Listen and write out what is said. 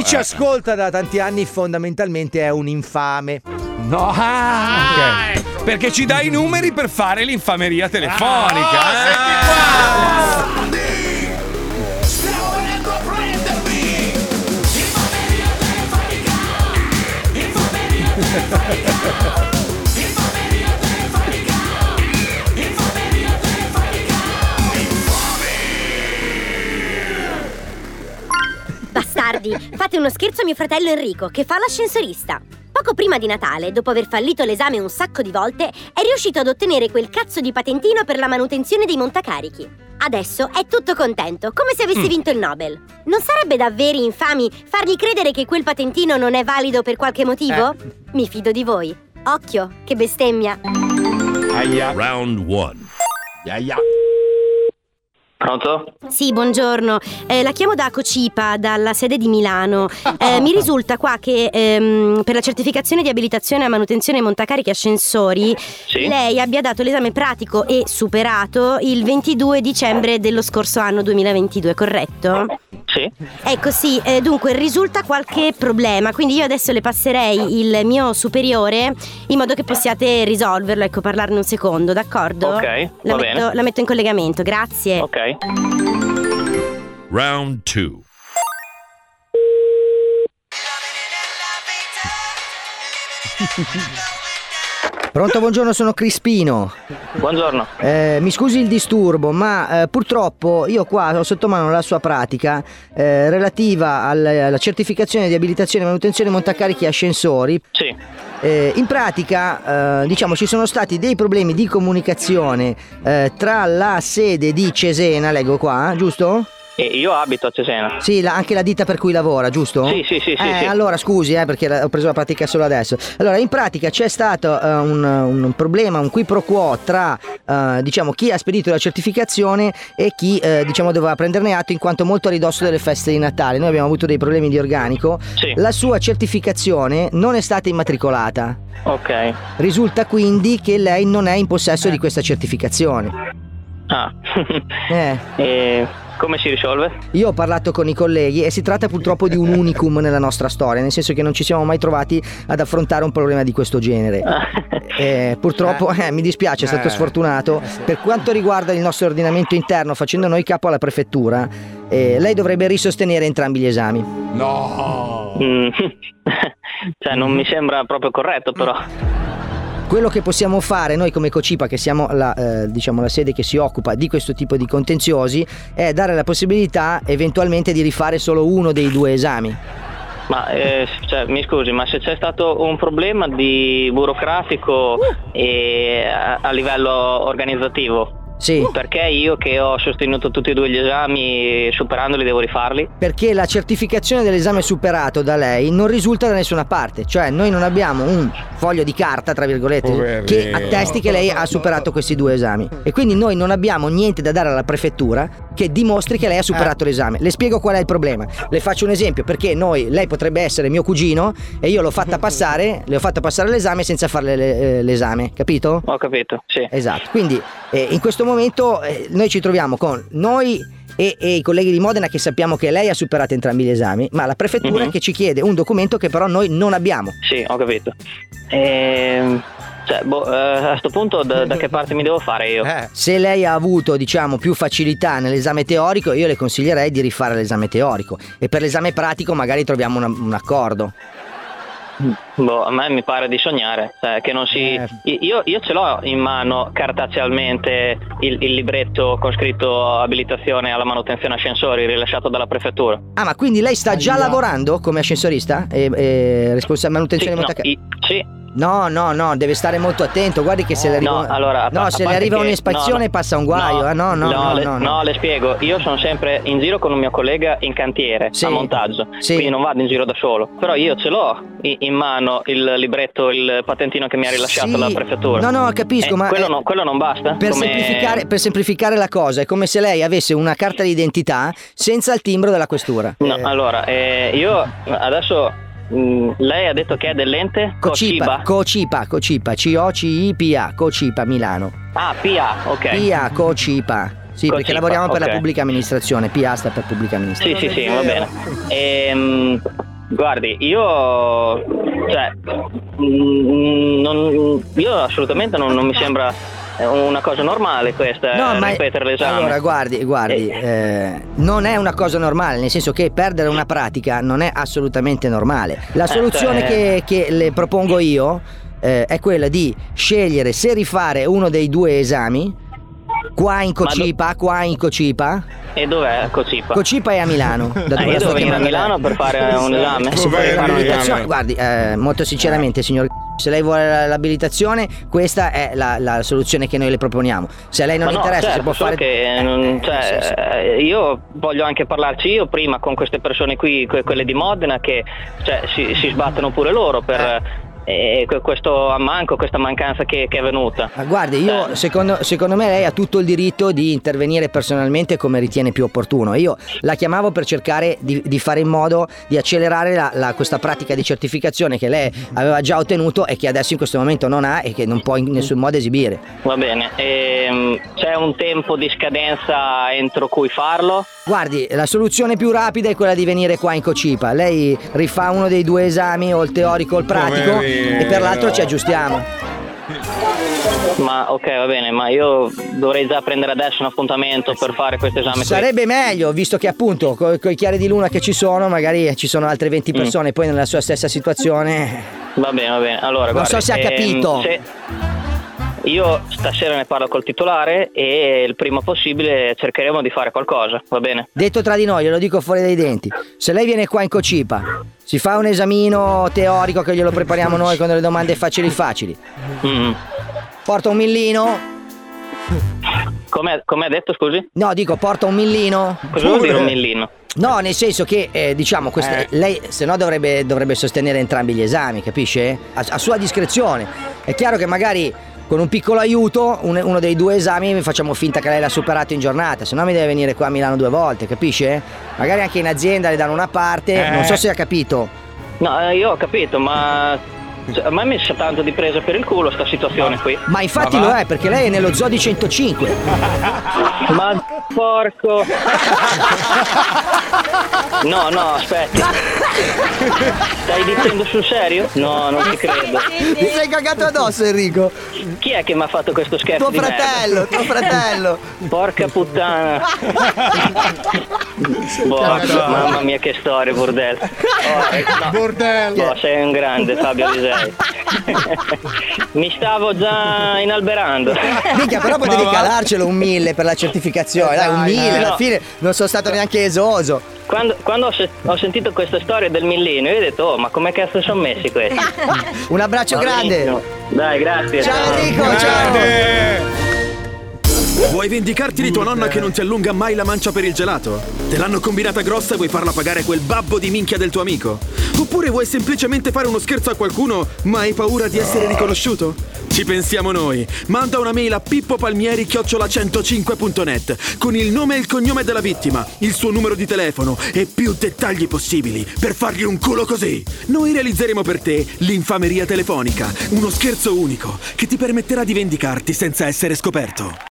chi ci ascolta da tanti anni fondamentalmente è un infame. No, ok. Perché ci dai i numeri per fare l'infameria telefonica. Senti qua. Bastardi, fate uno scherzo a mio fratello Enrico, che fa l'ascensorista. Poco prima di Natale, dopo aver fallito l'esame un sacco di volte, è riuscito ad ottenere quel cazzo di patentino per la manutenzione dei montacarichi. Adesso è tutto contento, come se avesse vinto il Nobel. Non sarebbe da veri infami fargli credere che quel patentino non è valido per qualche motivo? Mi fido di voi. Occhio, che bestemmia. Aia. Round 1. Aia. Pronto? Sì, buongiorno. La chiamo da Cocipa, dalla sede di Milano. Mi risulta qua che per la certificazione di abilitazione a manutenzione montacarichi e ascensori lei abbia dato l'esame pratico e superato il 22 dicembre dello scorso anno 2022, corretto? Sì. Ecco, sì, dunque risulta qualche problema, quindi io adesso le passerei il mio superiore in modo che possiate risolverlo, ecco, parlarne un secondo, d'accordo? Ok, va bene. La metto in collegamento, grazie. Ok. Round 2. Pronto, buongiorno, sono Crispino. Buongiorno. Mi scusi il disturbo, ma purtroppo io qua ho sotto mano la sua pratica relativa alla certificazione di abilitazione e manutenzione montacarichi e ascensori. Sì. In pratica, diciamo, ci sono stati dei problemi di comunicazione tra la sede di Cesena, leggo qua, giusto? Io abito a Cesena. Sì, anche la ditta per cui lavora, giusto? Sì. Allora scusi, perché ho preso la pratica solo adesso. Allora, in pratica c'è stato un problema, un qui pro quo tra diciamo chi ha spedito la certificazione e chi diciamo doveva prenderne atto, in quanto molto a ridosso delle feste di Natale. Noi abbiamo avuto dei problemi di organico. Sì. La sua certificazione non è stata immatricolata. Ok. Risulta quindi che lei non è in possesso di questa certificazione. Ah. E come si risolve? Io ho parlato con i colleghi e si tratta purtroppo di un unicum nella nostra storia, nel senso che non ci siamo mai trovati ad affrontare un problema di questo genere. Purtroppo mi dispiace, è stato sfortunato. Per quanto riguarda il nostro ordinamento interno, facendo noi capo alla prefettura, lei dovrebbe risostenere entrambi gli esami. No. Cioè non mi sembra proprio corretto, però. Quello che possiamo fare noi come Cocipa, che siamo diciamo la sede che si occupa di questo tipo di contenziosi, è dare la possibilità eventualmente di rifare solo uno dei due esami. Ma cioè, mi scusi, ma se c'è stato un problema di burocratico e a livello organizzativo, sì, perché io che ho sostenuto tutti e due gli esami, superandoli, devo rifarli? Perché la certificazione dell'esame superato da lei non risulta da nessuna parte, cioè noi non abbiamo un foglio di carta, tra virgolette, che attesti che lei ha superato questi due esami, e quindi noi non abbiamo niente da dare alla prefettura che dimostri che lei ha superato l'esame. Le spiego qual è il problema. Le faccio un esempio, perché lei potrebbe essere mio cugino e io le ho fatto passare l'esame senza fare l'esame, capito? Ho capito, sì. Esatto, quindi in questo momento noi ci troviamo con noi e i colleghi di Modena che sappiamo che lei ha superato entrambi gli esami, ma la prefettura che ci chiede un documento che però noi non abbiamo. Sì, ho capito. Cioè, a sto punto da che parte mi devo fare io? Se lei ha avuto, diciamo, più facilità nell'esame teorico, io le consiglierei di rifare l'esame teorico, e per l'esame pratico magari troviamo un accordo. A me mi pare di sognare, cioè, che non si. Io ce l'ho in mano cartacealmente il libretto con scritto abilitazione alla manutenzione ascensori rilasciato dalla prefettura. Ah, ma quindi lei sta già lavorando come ascensorista? Responsabile manutenzione montacarichi? Sì. No, deve stare molto attento. Guardi che se le arriva, se le arriva un'ispezione passa un guaio. No, le spiego. Io sono sempre in giro con un mio collega in cantiere a montaggio, quindi non vado in giro da solo. Però io ce l'ho in mano il libretto, il patentino che mi ha rilasciato la prefettura. No, capisco, ma quello non basta. Per semplificare la cosa, è come se lei avesse una carta d'identità senza il timbro della questura. No, allora, io adesso. Lei ha detto che è dell'ente Cocipa, COCIPA, Cocipa Milano. Ah, PA, ok. PA, Cocipa. Sì, Cocipa, perché lavoriamo per la pubblica amministrazione. PA sta per pubblica amministrazione. Sì, va bene. Guardi, io assolutamente non mi sembra una cosa normale questa, ripetere l'esame. Allora, guardi, non è una cosa normale, nel senso che perdere una pratica non è assolutamente normale. La soluzione che le propongo io è quella di scegliere se rifare uno dei 2 esami qua in Cocipa. E dov'è Cocipa? Cocipa è a Milano. Io devo venire a Milano per fare un esame. Se vuole fare un'abilitazione, guardi, molto sinceramente, signor, se lei vuole l'abilitazione, questa è la soluzione che noi le proponiamo. Se a lei non interessa, si può fare. Io voglio anche parlarci io prima con queste persone qui, quelle di Modena, che si sbattono pure loro per. Questo ammanco, questa mancanza che è venuta. Guardi, io secondo me lei ha tutto il diritto di intervenire personalmente come ritiene più opportuno. Io la chiamavo per cercare di fare in modo di accelerare questa pratica di certificazione che lei aveva già ottenuto e che adesso in questo momento non ha e che non può in nessun modo esibire. Va bene, c'è un tempo di scadenza entro cui farlo? Guardi, la soluzione più rapida è quella di venire qua in Cocipa. Lei rifà uno dei 2 esami, o il teorico o il pratico, e per l'altro ci aggiustiamo. Ma ok, va bene, ma io dovrei già prendere adesso un appuntamento per fare questo esame. Sarebbe meglio, visto che appunto con i chiari di luna che ci sono, magari ci sono altre 20 persone poi nella sua stessa situazione. Va bene, allora non so se ha capito. Io stasera ne parlo col titolare e il prima possibile cercheremo di fare qualcosa, va bene? Detto tra di noi, glielo dico fuori dai denti. Se lei viene qua in Cocipa, si fa un esamino teorico che glielo prepariamo noi con delle domande facili. Porta un millino. Come ha detto, scusi? No, dico, porta un millino. Cosa vuol dire un millino? No, nel senso che lei se no dovrebbe sostenere entrambi gli esami, capisce? A sua discrezione. È chiaro che magari con un piccolo aiuto, uno dei 2 esami facciamo finta che lei l'ha superato in giornata, se no mi deve venire qua a Milano 2 volte, capisce? Magari anche in azienda le danno una parte, non so se ha capito. No, io ho capito, ma a me mi sa tanto di presa per il culo sta situazione qui. Ma infatti lo è, perché lei è nello zoo di 105. Ma porco. No, aspetta. Stai dicendo sul serio? No, non ci credo. Ti sei cagato addosso, Enrico. Chi è che mi ha fatto questo scherzo? Tuo fratello. Porca puttana. Mamma mia, che storia, bordello. Bordello. Sei un grande, Fabio Lisei. Mi stavo già inalberando. Minchia, però potevi calarcelo un 1000 per la certificazione. Dai, un 1000, alla fine non sono stato neanche esoso. Quando ho sentito questa storia del millino, io ho detto, ma come cazzo sono messi questi? Un abbraccio grande. Dai, grazie. Ciao Enrico, ciao. Vuoi vendicarti di tua nonna che non ti allunga mai la mancia per il gelato? Te l'hanno combinata grossa e vuoi farla pagare quel babbo di minchia del tuo amico? Oppure vuoi semplicemente fare uno scherzo a qualcuno ma hai paura di essere riconosciuto? Ci pensiamo noi. Manda una mail a pippopalmieri@105.net con il nome e il cognome della vittima, il suo numero di telefono e più dettagli possibili per fargli un culo così. Noi realizzeremo per te l'infameria telefonica, uno scherzo unico che ti permetterà di vendicarti senza essere scoperto.